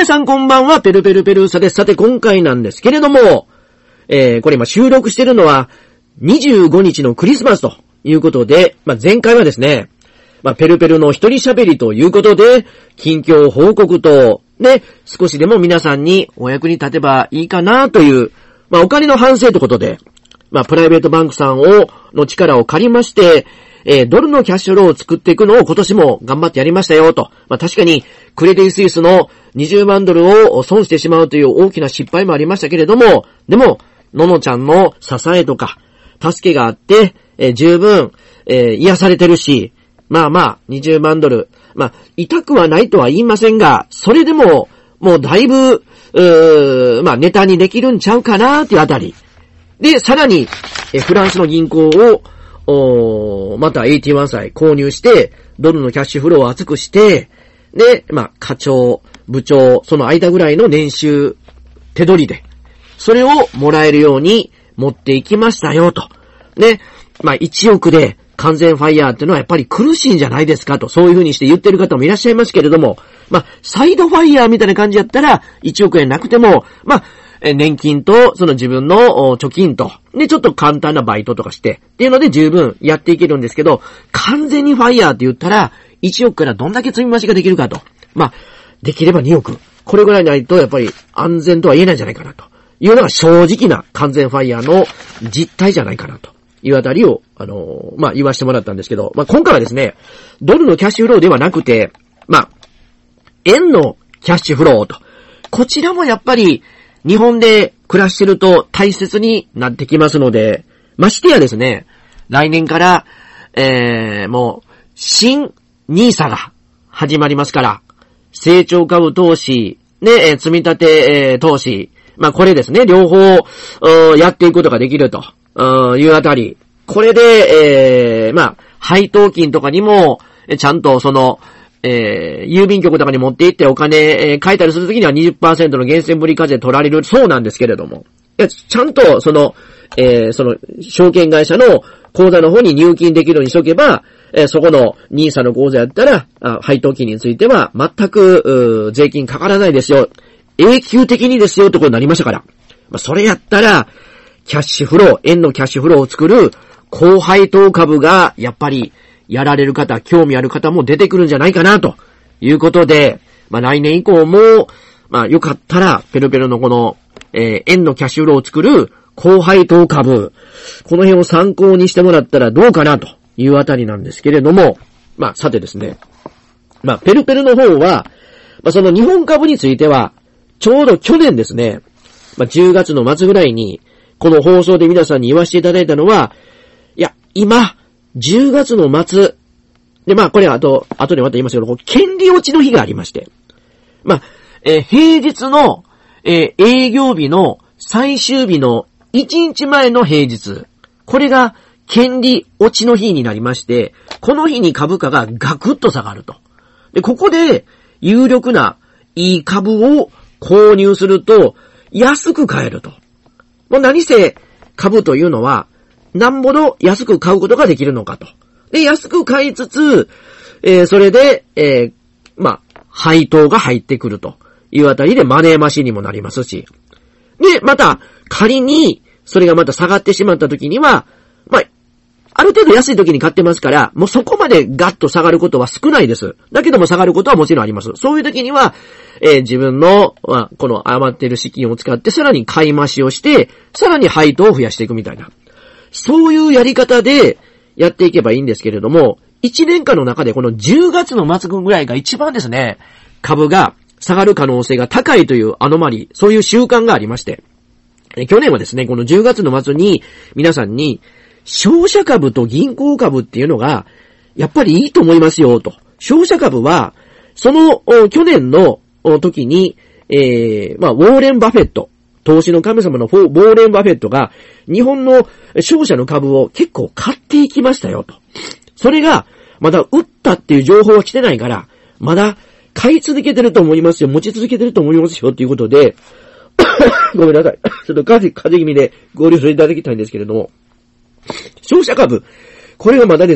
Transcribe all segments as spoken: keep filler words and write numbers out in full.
さんこんばんは、ペルペルペルーサです。さて今回なんですけれども、えー、これ今収録してるのはにじゅうごにちのクリスマスということで、まあ、前回はですね、まあ、ペルペルの一人喋りということで、近況報告と、ね、少しでも皆さんにお役に立てばいいかなという、まあ、お金の反省ということで、まあ、プライベートバンクさんを、の力を借りまして、えー、ドルのキャッシュフローを作っていくのを今年も頑張ってやりましたよと。まあ、確かに、クレディ・スイスのにじゅうまんドルを損してしまうという大きな失敗もありましたけれども、でも、ののちゃんの支えとか、助けがあって、えー、十分、えー、癒されてるし、まあまあ、にじゅうまんドル。まあ、痛くはないとは言いませんが、それでも、もうだいぶ、うーまあ、ネタにできるんちゃうかなっていうあたり。で、さらに、えフランスの銀行を、おまたはちじゅういち債購入して、ドルのキャッシュフローを厚くして、で、まあ、課長、部長、その間ぐらいの年収、手取りで、それをもらえるように持っていきましたよ、と。ね、まあ、いちおくで完全ファイヤーっていうのはやっぱり苦しいんじゃないですかと、そういう風にして言ってる方もいらっしゃいますけれども、まあ、サイドファイヤーみたいな感じやったら、いちおくえんなくても、まあ、年金と、その自分の貯金と、で、ちょっと簡単なバイトとかして、っていうので十分やっていけるんですけど、完全にファイヤーって言ったら、いちおくからどんだけ積み増しができるかと。まあ、できればにおく。これぐらいないと、やっぱり安全とは言えないんじゃないかなと。いうのが正直な完全ファイヤーの実態じゃないかなというあたりを、あのー、まあ、言わせてもらったんですけど、まあ、今回はですね、ドルのキャッシュフローではなくて、まあ、円のキャッシュフローと。こちらもやっぱり、日本で暮らしてると大切になってきますので、ましてやですね、来年から、えー、もう、新ニーサが始まりますから、成長株投資、ね、積み立て、えー、投資、まあこれですね、両方、やっていくことができるというあたり、これで、えー、まあ、配当金とかにも、ちゃんとその、えー、郵便局とかに持って行ってお金、えー、書いたりするときには にじゅっパーセント の源泉振り課税取られるそうなんですけれども、いやちゃんとその、えー、その、証券会社の口座の方に入金できるようにしとけば、えー、そこのニーサの口座やったら、あ配当金については全く、税金かからないですよ。永久的にですよってことになりましたから。まあ、それやったら、キャッシュフロー、円のキャッシュフローを作る高配当株が、やっぱり、やられる方、興味ある方も出てくるんじゃないかな、ということで、まあ、来年以降も、まあ、よかったら、ペロペロのこの、えー、円のキャッシュフローを作る高配当株、この辺を参考にしてもらったらどうかな、というあたりなんですけれども、まあ、さてですね、まあ、ペルペルの方は、まあ、その日本株については、ちょうど去年ですね、まあ、じゅうがつの末ぐらいに、この放送で皆さんに言わせていただいたのは、いや、今、じゅうがつの末、で、まあ、これはあと、後でまた言いますけど、権利落ちの日がありまして、まあ、えー、平日の、えー、営業日の最終日のいちにちまえの平日、これが権利落ちの日になりまして、この日に株価がガクッと下がると。で、ここで、有力ないい株を購入すると、安く買えると。もう何せ、株というのは、なんぼの安く買うことができるのかと。で、安く買いつつ、えー、それで、えー、まあ、配当が入ってくるというあたりでマネーマシンにもなりますし。で、また、仮に、それがまた下がってしまった時には、まあ、ある程度安い時に買ってますから、もうそこまでガッと下がることは少ないです。だけども下がることはもちろんあります。そういう時には、えー、自分の、まあ、この余っている資金を使ってさらに買い増しをして、さらに配当を増やしていくみたいな。そういうやり方でやっていけばいいんですけれども、いちねんかんの中でこのじゅうがつの末ぐらいが一番ですね、株が下がる可能性が高いというアノマリー、そういう習慣がありまして、去年はですね、このじゅうがつの末に皆さんに、商社株と銀行株っていうのが、やっぱりいいと思いますよ、と。商社株は、その、去年の時に、えー、まあ、ウォーレン・バフェット、投資の神様のウォーレン・バフェットが、日本の商社の株を結構買っていきましたよ、と。それが、まだ売ったっていう情報は来てないから、まだ買い続けてると思いますよ、持ち続けてると思いますよ、ということで、ごめんなさい。ちょっと風邪気味で合流していただきたいんですけれども、商社株、これがまだですね、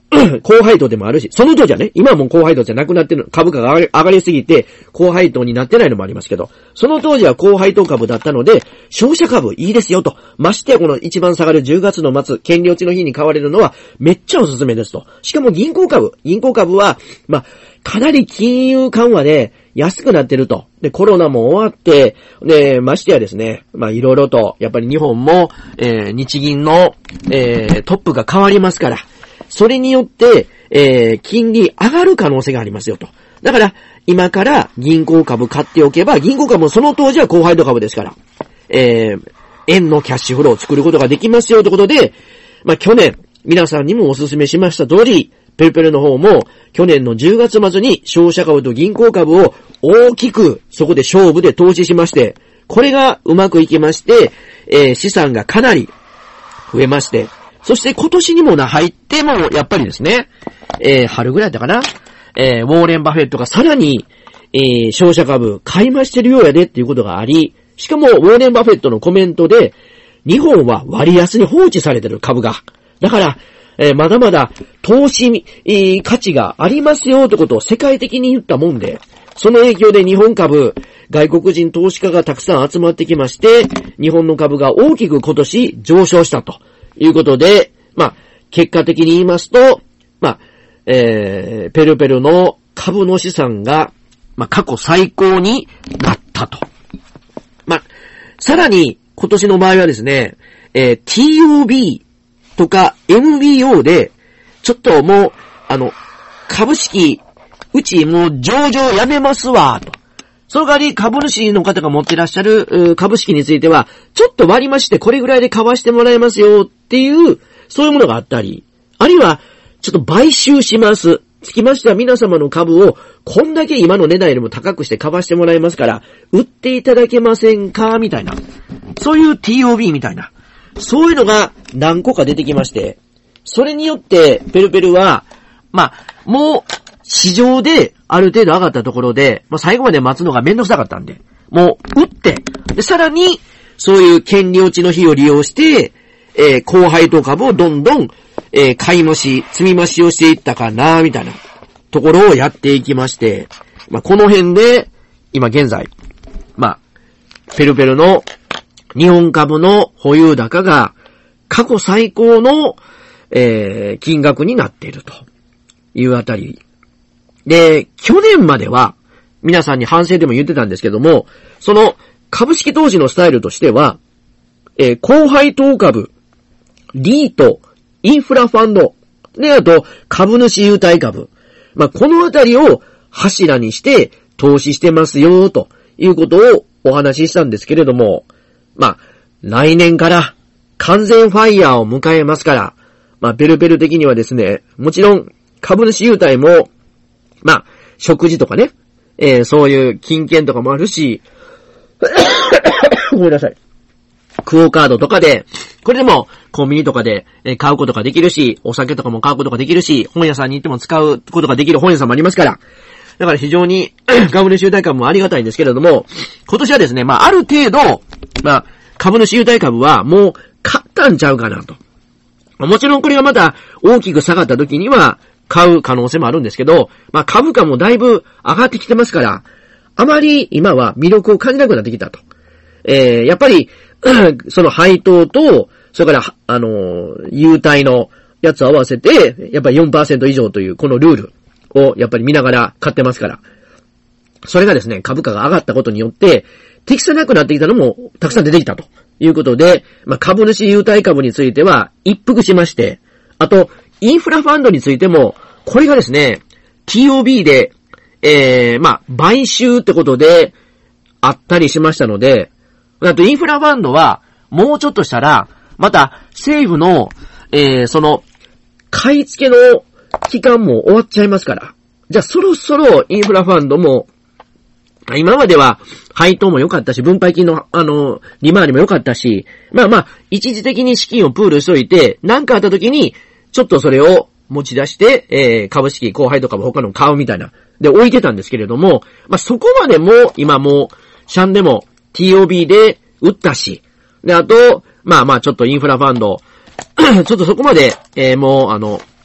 高配当でもあるし、その当時はね、今はもう高配当じゃなくなってる、株価が上がり、上がりすぎて、高配当になってないのもありますけど、その当時は高配当株だったので、商社株いいですよと。ましてやこの一番下がるじゅうがつの末、権利落ちの日に買われるのは、めっちゃおすすめですと。しかも銀行株、銀行株は、まあ、かなり金融緩和で安くなってると。で、コロナも終わって、で、ましてやですね、まあ、いろいろと、やっぱり日本も、えー、日銀の、えー、トップが変わりますから、それによって、えー、金利上がる可能性がありますよと。だから、今から銀行株買っておけば、銀行株もその当時は高配当株ですから、えー、円のキャッシュフローを作ることができますよということで、まあ、去年、皆さんにもお勧めしました通り、ペルペルの方も、去年のじゅうがつ末に商社株と銀行株を大きく、そこで勝負で投資しまして、これがうまくいきまして、えー、資産がかなり増えまして、そして今年にもな、入っても、やっぱりですね、えー、春ぐらいだったかな、えー、ウォーレン・バフェットがさらに、えー、商社株買い増してるようやでっていうことがあり、しかも、ウォーレン・バフェットのコメントで、日本は割安に放置されてる株が。だから、えー、まだまだ投資、えー、価値がありますよってことを世界的に言ったもんで、その影響で日本株、外国人投資家がたくさん集まってきまして、日本の株が大きく今年上昇したということで、まあ、結果的に言いますと、まあ、えー、ペルペルの株の資産が、まあ、過去最高になったと。まあ、さらに、今年の場合はですね、えー、ティーオービー とか エムビーオー で、ちょっともう、あの、株式、うちもう上場やめますわ、と。その代わり株主の方が持ってらっしゃる株式については、ちょっと割り増してこれぐらいで買わしてもらえますよっていう、そういうものがあったり、あるいは、ちょっと買収します。つきましては皆様の株をこんだけ今の値段よりも高くして買わしてもらえますから、売っていただけませんかみたいな。そういう ティーオービー みたいな。そういうのが何個か出てきまして、それによってペルペルは、まあ、もう市場である程度上がったところで、まあ、最後まで待つのがめんどくさかったんで、もう売って、でさらにそういう権利落ちの日を利用して、えー、高配当株をどんどん、えー、買い増し、積み増しをしていったかな、みたいなところをやっていきまして、まあ、この辺で、今現在、まあ、ペルペルの日本株の保有高が過去最高の、えー、金額になっているというあたり。で、去年までは、皆さんに反省でも言ってたんですけども、その株式投資のスタイルとしては、えー、高配当株、リート、インフラファンド、で、あと、株主優待株。まあ、このあたりを柱にして投資してますよ、ということをお話ししたんですけれども、まあ、来年から完全ファイヤーを迎えますから、まあ、ペルペル的にはですね、もちろん株主優待も、まあ、食事とかね、えー、そういう金券とかもあるし、ごめんなさい。クオカードとかで、これでもコンビニとかで買うことができるし、お酒とかも買うことができるし、本屋さんに行っても使うことができる本屋さんもありますから、だから非常に株主優待株もありがたいんですけれども、今年はですね、まあある程度、まあ株主優待株はもう買ったんちゃうかなと。もちろんこれがまた大きく下がった時には買う可能性もあるんですけど、まあ株価もだいぶ上がってきてますから、あまり今は魅力を感じなくなってきたと。えー、やっぱり、その配当と、それから、あのー、優待のやつを合わせて、やっぱり よんパーセント 以上というこのルールをやっぱり見ながら買ってますから。それがですね、株価が上がったことによって、適さなくなってきたのもたくさん出てきたということで、まあ、株主優待株については一服しまして、あと、インフラファンドについても、これがですね、ティーオービー で、えー、まあ、買収ってことであったりしましたので、あとインフラファンドは、もうちょっとしたら、また政府の、えー、その、買い付けの期間も終わっちゃいますから。じゃあそろそろインフラファンドも、今までは配当も良かったし、分配金の、あの、利回りも良かったし、まあまあ、一時的に資金をプールしといて、何かあった時に、ちょっとそれを持ち出して、えー、株式、高配当株他の買うみたいな。で、置いてたんですけれども、まあそこまでも、今もう、シャンでも、ティーオービー で売ったし、で、あと、まあまあちょっとインフラファンド、ちょっとそこまで、えー、もう、あの、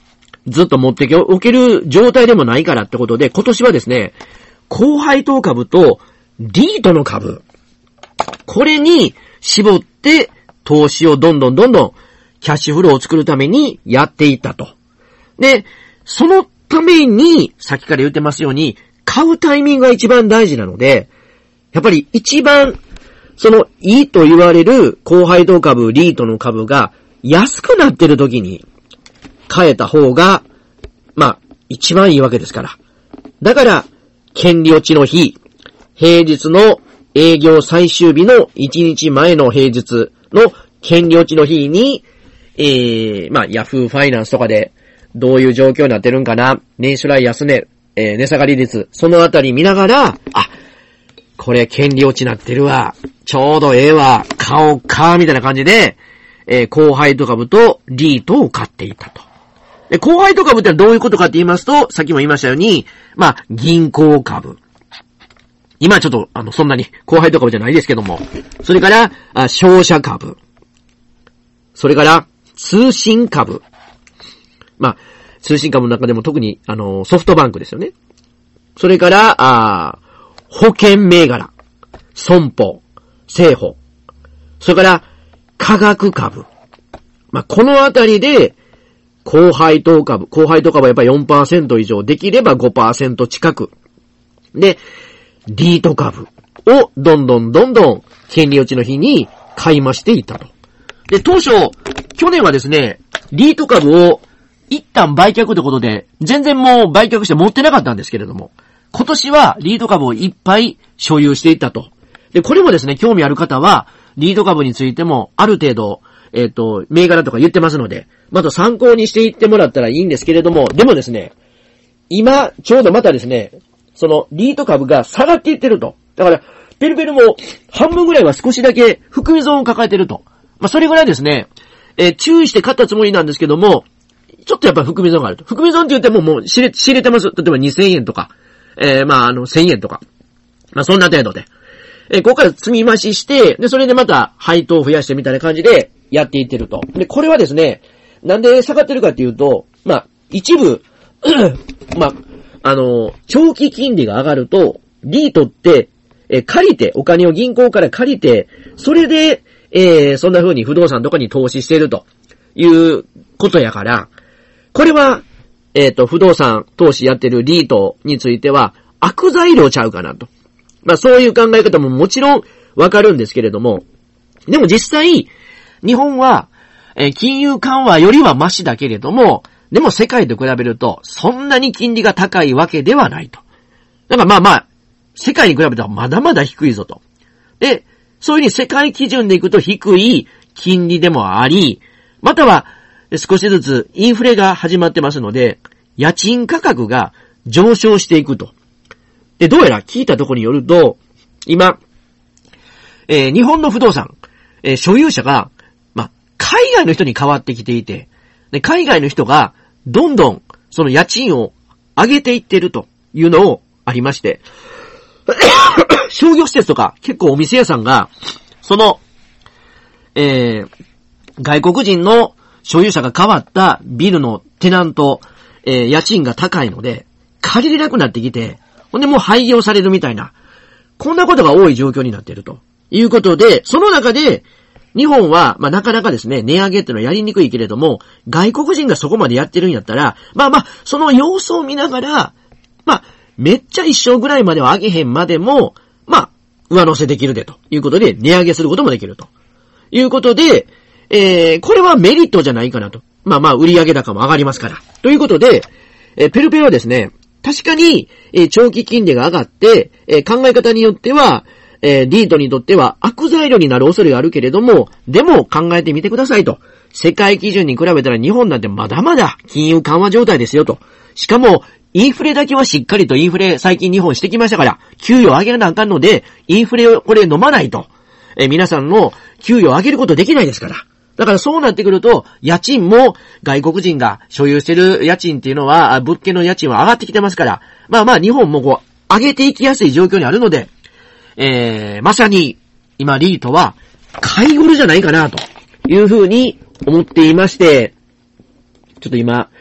ずっと持っておける状態でもないからってことで、今年はですね、高配当株とリートの株、これに絞って投資をどんどんどんどんキャッシュフローを作るためにやっていったと。で、そのために、さっきから言ってますように、買うタイミングが一番大事なので、やっぱり一番、その、いいと言われる高配当株、リートの株が安くなってる時に買えた方が、まあ、一番いいわけですから。だから、権利落ちの日、平日の営業最終日のいちにちまえの平日の権利落ちの日に、えー、まあ、ヤフーファイナンスとかでどういう状況になってるんかな、年初来安値、えー、値下がり率、そのあたり見ながら、あ、これ権利落ちなってるわ、ちょうどええわ、買おうか、みたいな感じで、えー、高配当株とリートを買っていたと。で、高配当株ってどういうことかって言いますと、さっきも言いましたように、まあ、銀行株。今はちょっと、あの、そんなに高配当株じゃないですけども。それから、あ、商社株。それから、通信株。まあ、通信株の中でも特に、あの、ソフトバンクですよね。それから、あ、保険銘柄。損保。生保。それから、化学株。まあ、このあたりで、高配当株。高配当株はやっぱり よんパーセント 以上。できれば ごパーセント 近く。で、リート株をどんどんどんどん権利落ちの日に買い増していったと。で、当初、去年はですね、リート株を一旦売却ってことで、全然もう売却して持ってなかったんですけれども、今年はリート株をいっぱい所有していったと。で、これもですね、興味ある方は、リート株についてもある程度、えっと、銘柄とか言ってますので、また参考にしていってもらったらいいんですけれども、でもですね、今、ちょうどまたですね、その、リート株が下がっていってると。だから、ペルペルも半分ぐらいは少しだけ含み損を抱えてると。まあ、それぐらいですね、えー、注意して買ったつもりなんですけども、ちょっとやっぱり含み損があると。含み損って言ってももう知れ、知れてます。例えばにせんえんとか、えー、まあ、あの、せんえんとか。まあ、そんな程度で。えー、ここから積み増しして、で、それでまた配当を増やしてみたいな感じでやっていってると。で、これはですね、なんで下がってるかっていうと、まあ、一部、まあ、あの、長期金利が上がると、リートって、えー、借りて、お金を銀行から借りて、それで、えー、そんな風に不動産とかに投資しているということやから、これは、えっと、不動産投資やってるリートについては、悪材料ちゃうかなと。まあそういう考え方ももちろんわかるんですけれども、でも実際、日本は、えー、金融緩和よりはマシだけれども、でも世界と比べると、そんなに金利が高いわけではないと。だからまあまあ、世界に比べたらまだまだ低いぞと。で、そういうふうに世界基準でいくと低い金利でもあり、または少しずつインフレが始まってますので、家賃価格が上昇していくと。で、どうやら聞いたところによると、今、えー、日本の不動産、えー、所有者が、まあ、海外の人に変わってきていて、で、海外の人がどんどんその家賃を上げていってるというのをありまして、商業施設とか結構お店屋さんが、その、えー、外国人の所有者が変わったビルのテナント、えー、家賃が高いので、借りれなくなってきて、ほんでもう廃業されるみたいな、こんなことが多い状況になっているということで、その中で、日本は、まあ、なかなかですね、値上げっていうのはやりにくいけれども、外国人がそこまでやってるんやったら、まあまあ、その様子を見ながら、まあ、めっちゃ一生ぐらいまでは上げへんまでも、まあ、上乗せできるでということで、値上げすることもできるということで、えー、これはメリットじゃないかなと。まあまあ、売上高も上がりますから。ということで、えー、ペルペルはですね、確かに、えー、長期金利が上がって、えー、考え方によっては、えー、リートにとっては悪材料になる恐れがあるけれども、でも考えてみてくださいと。世界基準に比べたら日本なんてまだまだ金融緩和状態ですよと。しかも、インフレだけはしっかりとインフレ最近日本してきましたから、給与を上げなあかんので、インフレをこれ飲まないと。えー、皆さんの給与を上げることできないですから。だからそうなってくると、家賃も外国人が所有してる家賃っていうのは、物件の家賃は上がってきてますから、まあまあ日本もこう、上げていきやすい状況にあるので、えー、まさに、今リートは、買い頃じゃないかな、というふうに思っていまして、ちょっと今、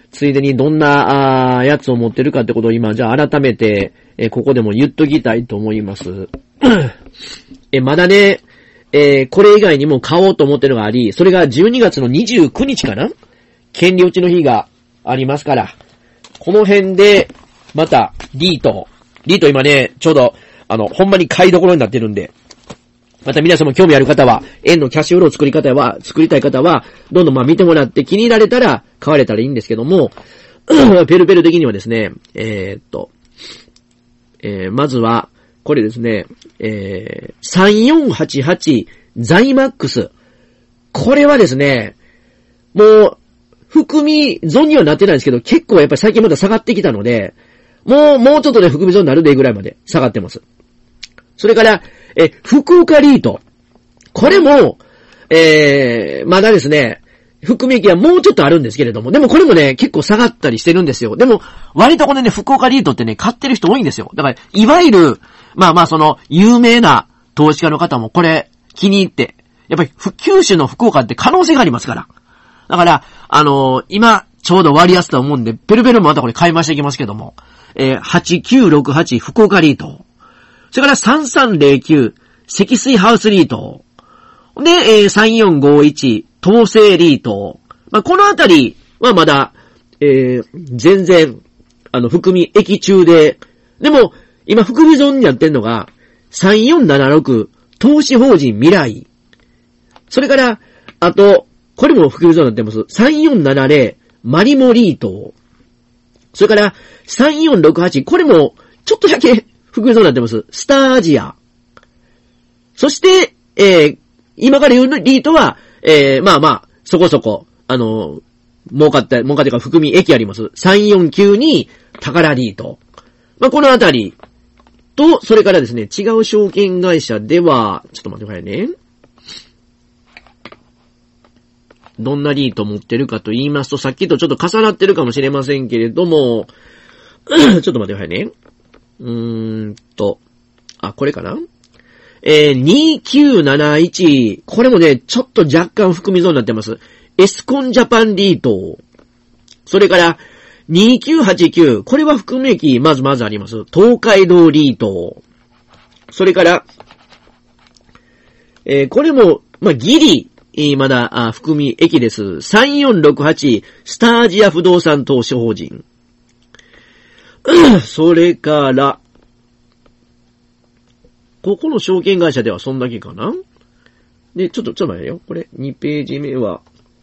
ついでにどんな、あやつを持ってるかってことを今、じゃあ改めて、えー、ここでも言っときたいと思います。え、まだね、えー、これ以外にも買おうと思ってるのがあり、それがじゅうにがつのにじゅうくにちかな？権利落ちの日がありますから、この辺で、また、リート。リート今ね、ちょうど、あの、ほんまに買いどころになってるんで、また皆さんも興味ある方は、円のキャッシュフロー作り方は、作りたい方は、どんどんまあ見てもらって気に入られたら買われたらいいんですけども、ペルペル的にはですね、えー、っと、えー、まずは、これですね、えー、さんよんはちはちザイマックス。これはですね、もう、含み損にはなってないんですけど、結構やっぱり最近まだ下がってきたので、もう、もうちょっとで含み損になるでぐらいまで下がってます。それから、え、福岡リート。これも、えー、まだですね、含み益はもうちょっとあるんですけれども、でもこれもね、結構下がったりしてるんですよ。でも、割とこれね、福岡リートってね、買ってる人多いんですよ。だから、いわゆる、まあまあその、有名な投資家の方もこれ、気に入って、やっぱり、九州の福岡って可能性がありますから。だから、あのー、今、ちょうど割安と思うんで、ペルペルもまたこれ買い増していきますけども、えー、はちきゅうろくはち福岡リート。それからさんさんぜろきゅう積水ハウスリート。で、えー、さんよんごいち東西リート。まあ、このあたりはまだ、えー、全然、あの、含み益中で、でも、今含み損になってんのが、さんよんななろく投資法人未来。それから、あと、これも含み損になってます。さんよんななぜろマリモリート。それから、さんよんろくはち、これも、ちょっとだけ、含み損になってます。スターアジア。そして、えー、今から言うリートは、えー、まあまあ、そこそこ、あの、儲かった、儲かってか含み益あります。さんよんきゅうに、宝リート。まあ、このあたり、と、それからですね、違う証券会社では、ちょっと待ってくださいね。どんなリート持ってるかと言いますと、さっきとちょっと重なってるかもしれませんけれども、ちょっと待ってくださいね。うーんと、あ、これかな？えー、にきゅうなないち、これもね、ちょっと若干含み損になってます。エスコンジャパンリート。それから、にきゅうはちきゅう、これは含み益、まずまずあります。東海道リート。それから、えー、これも、まあ、ギリ、えー、まだ、あ、含み益です。さんよんろくはち、スターアジア不動産投資法人。それから、ここの証券会社ではそんだけかな？で、ちょっと、ちょっと待ってよ。これ、にページ目は、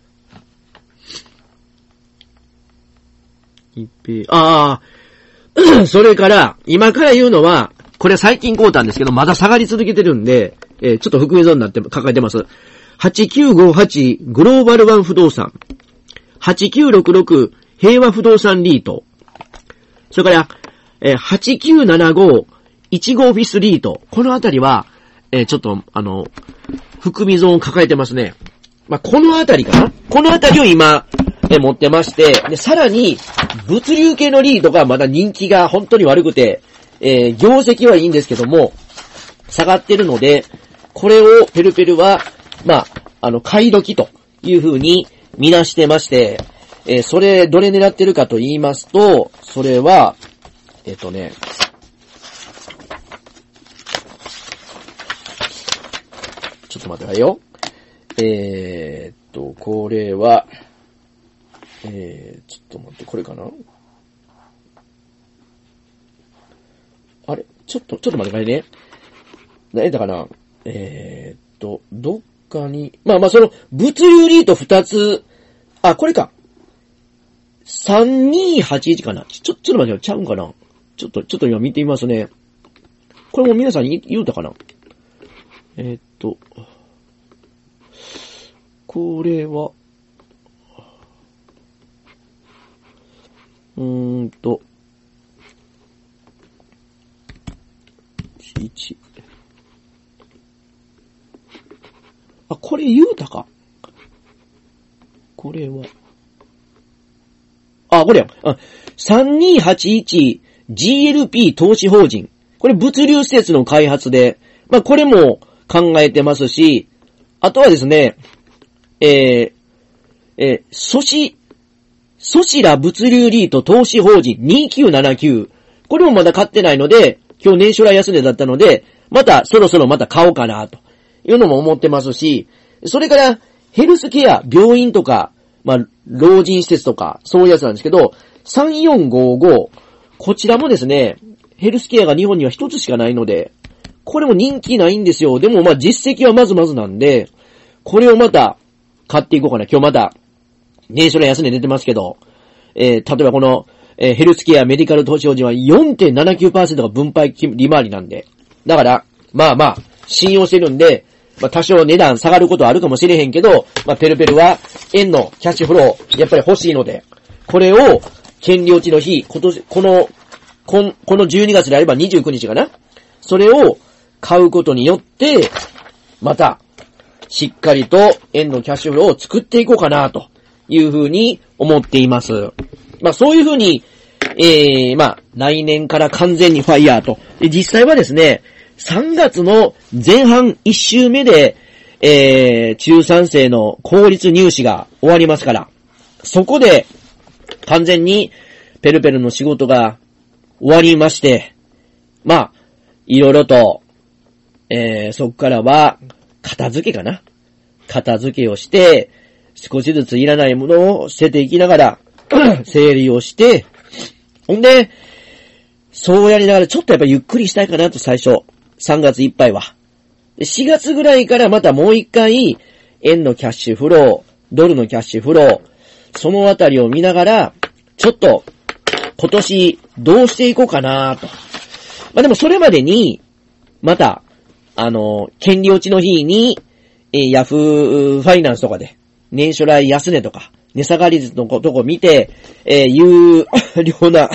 にページ、ああ、それから、今から言うのは、これ最近買うたんですけど、まだ下がり続けてるんで、えー、ちょっと含み損になって抱えてます。はちきゅうごはちグローバルワン不動産。はちきゅうろくろく平和不動産リート。それから、えー、はちきゅうななごいちごオフィスリート。このあたりは、えー、ちょっと、あの、含み損を抱えてますね。まあ、このあたりかな？このあたりを今、えー、持ってまして、で、さらに、物流系のリートがまだ人気が本当に悪くて、えー、業績はいいんですけども、下がってるので、これをペルペルは、まあ、あの、買い時という風に見なしてまして、えー、それ、どれ狙ってるかと言いますと、それは、えっとね、ちょっと待ってくださいよ。えー、っと、これは、えー、ちょっと待って、これかな？あれちょっと、ちょっと待ってくださいね。何だかな？えー、っと、どっかに、まあまあその、物流リート二つ、あ、これか。さんにはちいちかな。ちょ、ちょっと待ってよ、ちゃうんかな。ちょっと、ちょっと今見てみますね。これも皆さんに言うたかな。えー、っと、これは、うーんと、いち、あ、これ言うたか。これは、あ、これや。あ、さんにはちいちジーエルピー 投資法人。これ物流施設の開発で、まあこれも考えてますし、あとはですね、えー、えー、ソシ、 ソシラ物流リート投資法人にきゅうななきゅう。これもまだ買ってないので、今日年初来安値だったので、またそろそろまた買おうかなというのも思ってますし、それからヘルスケア、病院とか、まあ、老人施設とか、そういうやつなんですけど、さんよんごご、こちらもですね、ヘルスケアが日本には一つしかないので、これも人気ないんですよ。でもまあ実績はまずまずなんで、これをまた買っていこうかな。今日また、年初来安値出てますけど、えー、例えばこの、えー、ヘルスケアメディカル投資法人は よんてんななきゅうパーセント が分配利回りなんで、だから、まあまあ、信用してるんで、まあ多少値段下がることはあるかもしれへんけど、まあペルペルは円のキャッシュフロー、やっぱり欲しいので、これを、権利落ちの日、今年、この、この、このじゅうにがつであればにじゅうくにちかな。それを買うことによって、また、しっかりと円のキャッシュフローを作っていこうかな、というふうに思っています。まあそういうふうに、えー、まあ来年から完全にファイヤーと。で実際はですね、さんがつの前半いっ週目で、えー、中さん生の公立入試が終わりますから、そこで完全にペルペルの仕事が終わりまして、まあ、いろいろと、えー、そこからは、片付けかな。片付けをして、少しずついらないものを捨てていきながら、整理をして、ほんで、そうやりながらちょっとやっぱゆっくりしたいかなと最初、さんがついっぱいは。しがつぐらいからまたもう一回、円のキャッシュフロー、ドルのキャッシュフロー、そのあたりを見ながら、ちょっと、今年どうしていこうかなと。まあでもそれまでに、また、あの、権利落ちの日に、えー、ヤフーファイナンスとかで、年初来安値とか、値下がり率のとこ見て、えー、有料な、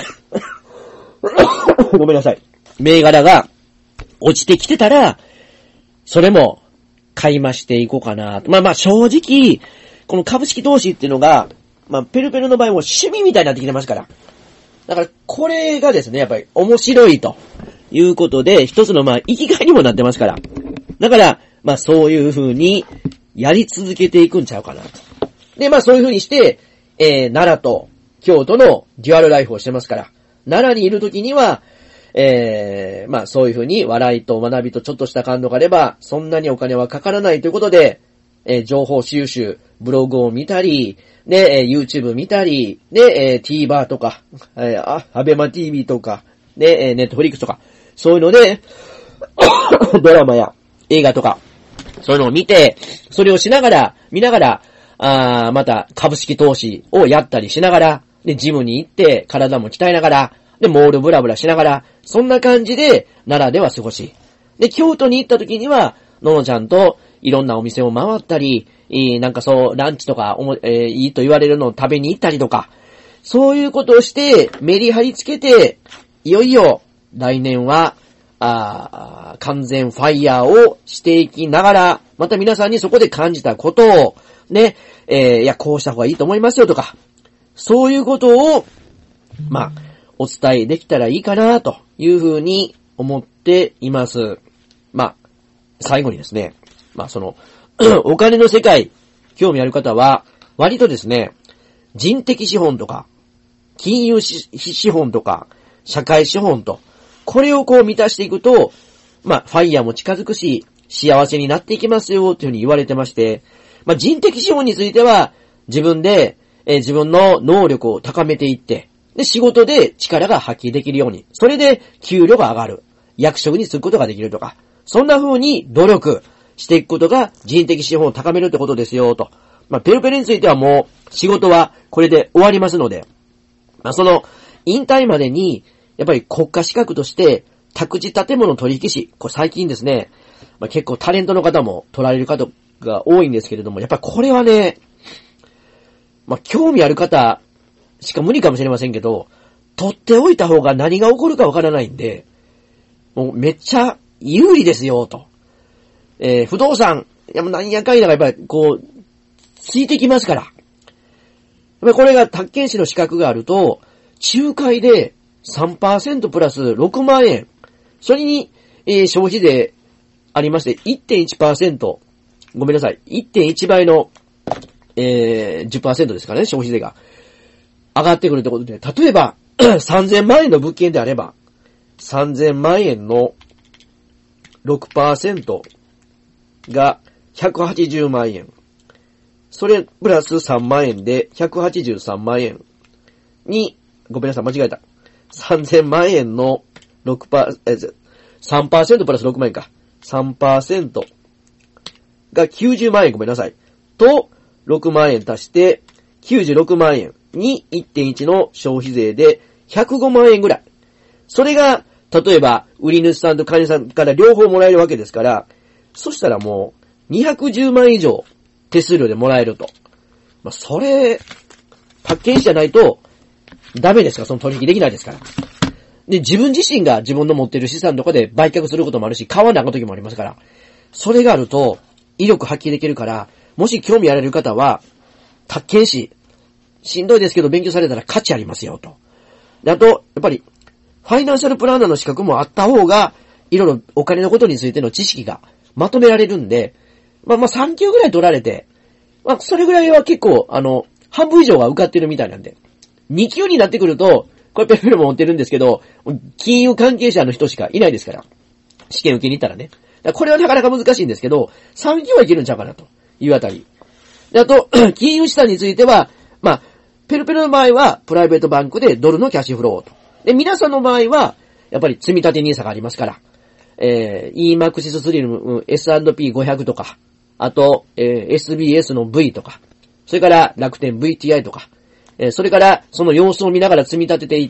ごめんなさい。銘柄が落ちてきてたら、それも買い増していこうかなと。まあまあ正直、この株式投資っていうのが、まあペルペルの場合も趣味みたいになってきてますから。だからこれがですね、やっぱり面白いということで、一つのまあ生きがいにもなってますから。だから、まあそういう風にやり続けていくんちゃうかなと。で、まあそういう風にして、えー、奈良と京都のデュアルライフをしてますから、奈良にいるときには、えー、まあそういう風に笑いと学びとちょっとした感動があれば、そんなにお金はかからないということで、えー、情報収集、ブログを見たり、で、えー、YouTube 見たり、で、えー、TVer とか、えー、あ、アベマ ティーブイ とか、で、えー、Netflix とか、そういうので、ドラマや映画とか、そういうのを見て、それをしながら、見ながら、あーまた株式投資をやったりしながら、で、ジムに行って体も鍛えながら、で、モールブラブラしながら、そんな感じで奈良では過ごし、で、京都に行った時には、ののちゃんといろんなお店を回ったり、えー、なんかそう、ランチとかおも、えー、いいと言われるのを食べに行ったりとか、そういうことをして、メリハリつけて、いよいよ来年は、あ完全ファイヤーをしていきながら、また皆さんにそこで感じたことを、ね、えー、いや、こうした方がいいと思いますよとか、そういうことを、まあ、お伝えできたらいいかな、というふうに思っています。まあ、最後にですね、まあその、お金の世界、興味ある方は、割とですね、人的資本とか、金融資本とか、社会資本と、これをこう満たしていくと、まあ、ファイヤーも近づくし、幸せになっていきますよ、というふうに言われてまして、まあ、人的資本については、自分で、えー、自分の能力を高めていって、で、仕事で力が発揮できるように、それで給料が上がる、役職に就くことができるとか、そんな風に努力していくことが人的資本を高めるってことですよ、と。まあ、ペルペルについてはもう、仕事はこれで終わりますので、まあ、その、引退までに、やっぱり国家資格として、宅地建物取引士、これ最近ですね、まあ、結構タレントの方も取られる方が多いんですけれども、やっぱりこれはね、まあ、興味ある方しか無理かもしれませんけど、取っておいた方が何が起こるかわからないんで、もうめっちゃ有利ですよ、と。えー、不動産、いやもう何やかんやがやっぱりこう、ついてきますから。やっぱりこれが宅建士の資格があると、仲介で さんパーセント プラスろくまんえん。それに、えー、消費税ありまして いってんいちパーセント。ごめんなさい。いってんいちばいの、えー、じゅっパーセント ですかね、消費税が。 上がってくるってことで、例えば、さんぜんまん円の物件であれば、さんぜんまん円の ろくパーセント がひゃくはちじゅうまん円。それプラスさんまん円でひゃくはちじゅうさんまん円に、ごめんなさい、間違えた。さんぜんまん円の ろくパーセント、さんパーセント プラスろくまん円か。さんパーセント がきゅうじゅうまん円、ごめんなさい。と、ろくまん円足してきゅうじゅうろくまん円に いってんいち の消費税でひゃくごまん円ぐらい。それが、例えば、売り主さんと買い主さんから両方もらえるわけですから、そしたらもう、にひゃくじゅうまん以上手数料でもらえると。まあ、それ、パッケージじゃないと、ダメですから、その取引できないですから。で、自分自身が自分の持っている資産とかで売却することもあるし、買わなあかん時もありますから、それがあると、威力発揮できるから、もし興味あられる方は、宅建士、しんどいですけど勉強されたら価値ありますよ、と。で、あと、やっぱり、ファイナンシャルプランナーの資格もあった方が、いろいろお金のことについての知識がまとめられるんで、まあまあさん級ぐらい取られて、まあそれぐらいは結構、あの、半分以上は受かってるみたいなんで。に級になってくると、これペルペルも持ってるんですけど、金融関係者の人しかいないですから。試験受けに行ったらね。だからこれはなかなか難しいんですけど、さん級はいけるんちゃうかなというあたり。で、あと、金融資産については、まあ、ペルペルの場合は、プライベートバンクでドルのキャッシュフローと。で、皆さんの場合は、やっぱり積み立てニーサがありますから、えー、イーマックシススリム エスアンドピーごひゃく とか、あと、えー、エスビーエス の V とか、それから楽天 ブイティーアイ とか、えー、それからその様子を見ながら積み立てていって、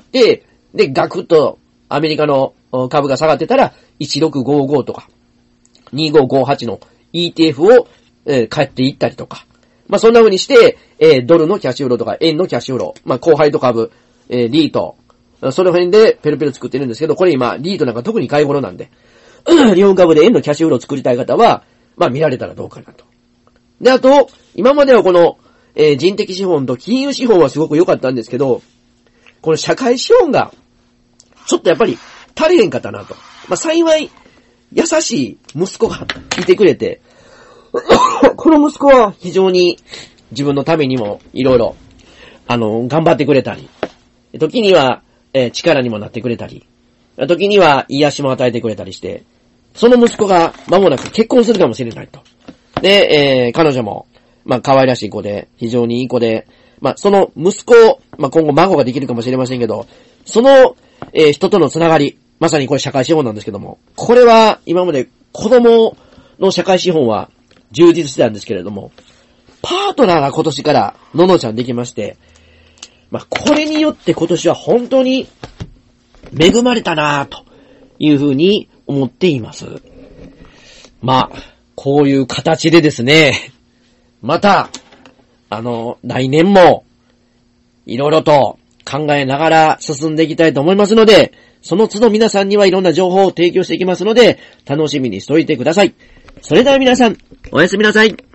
で、ガクッとアメリカの株が下がってたら、いちろくごごとか、にごごはちの イーティーエフ を、えー、買っていったりとか、まあ、そんな風にして、えー、ドルのキャッシュフローとか、円のキャッシュフロー、まあ、高配当株、えー、リート、その辺でペルペル作ってるんですけど、これ今、リートなんか特に買い頃なんで、日本株で円のキャッシュフローを作りたい方は、まあ見られたらどうかなと。で、あと、今まではこの、えー、人的資本と金融資本はすごく良かったんですけど、この社会資本が、ちょっとやっぱり足りへんかったなと。まあ幸い、優しい息子がいてくれて、この息子は非常に自分のためにもいろいろ、あの、頑張ってくれたり、時には、えー、力にもなってくれたり、時には癒しも与えてくれたりして、その息子が間もなく結婚するかもしれないと。で、えー、彼女も、まあ、可愛らしい子で、非常にいい子で、まあ、その息子、まあ、今後孫ができるかもしれませんけど、その、えー、人とのつながり、まさにこれ社会資本なんですけども、これは今まで子供の社会資本は充実してたんですけれども、パートナーが今年からののちゃんできまして、まあ、これによって今年は本当に恵まれたなぁというふうに思っています。まあ、こういう形でですね、また、あの、来年もいろいろと考えながら進んでいきたいと思いますので、その都度皆さんにはいろんな情報を提供していきますので、楽しみにしておいてください。それでは皆さん、おやすみなさい。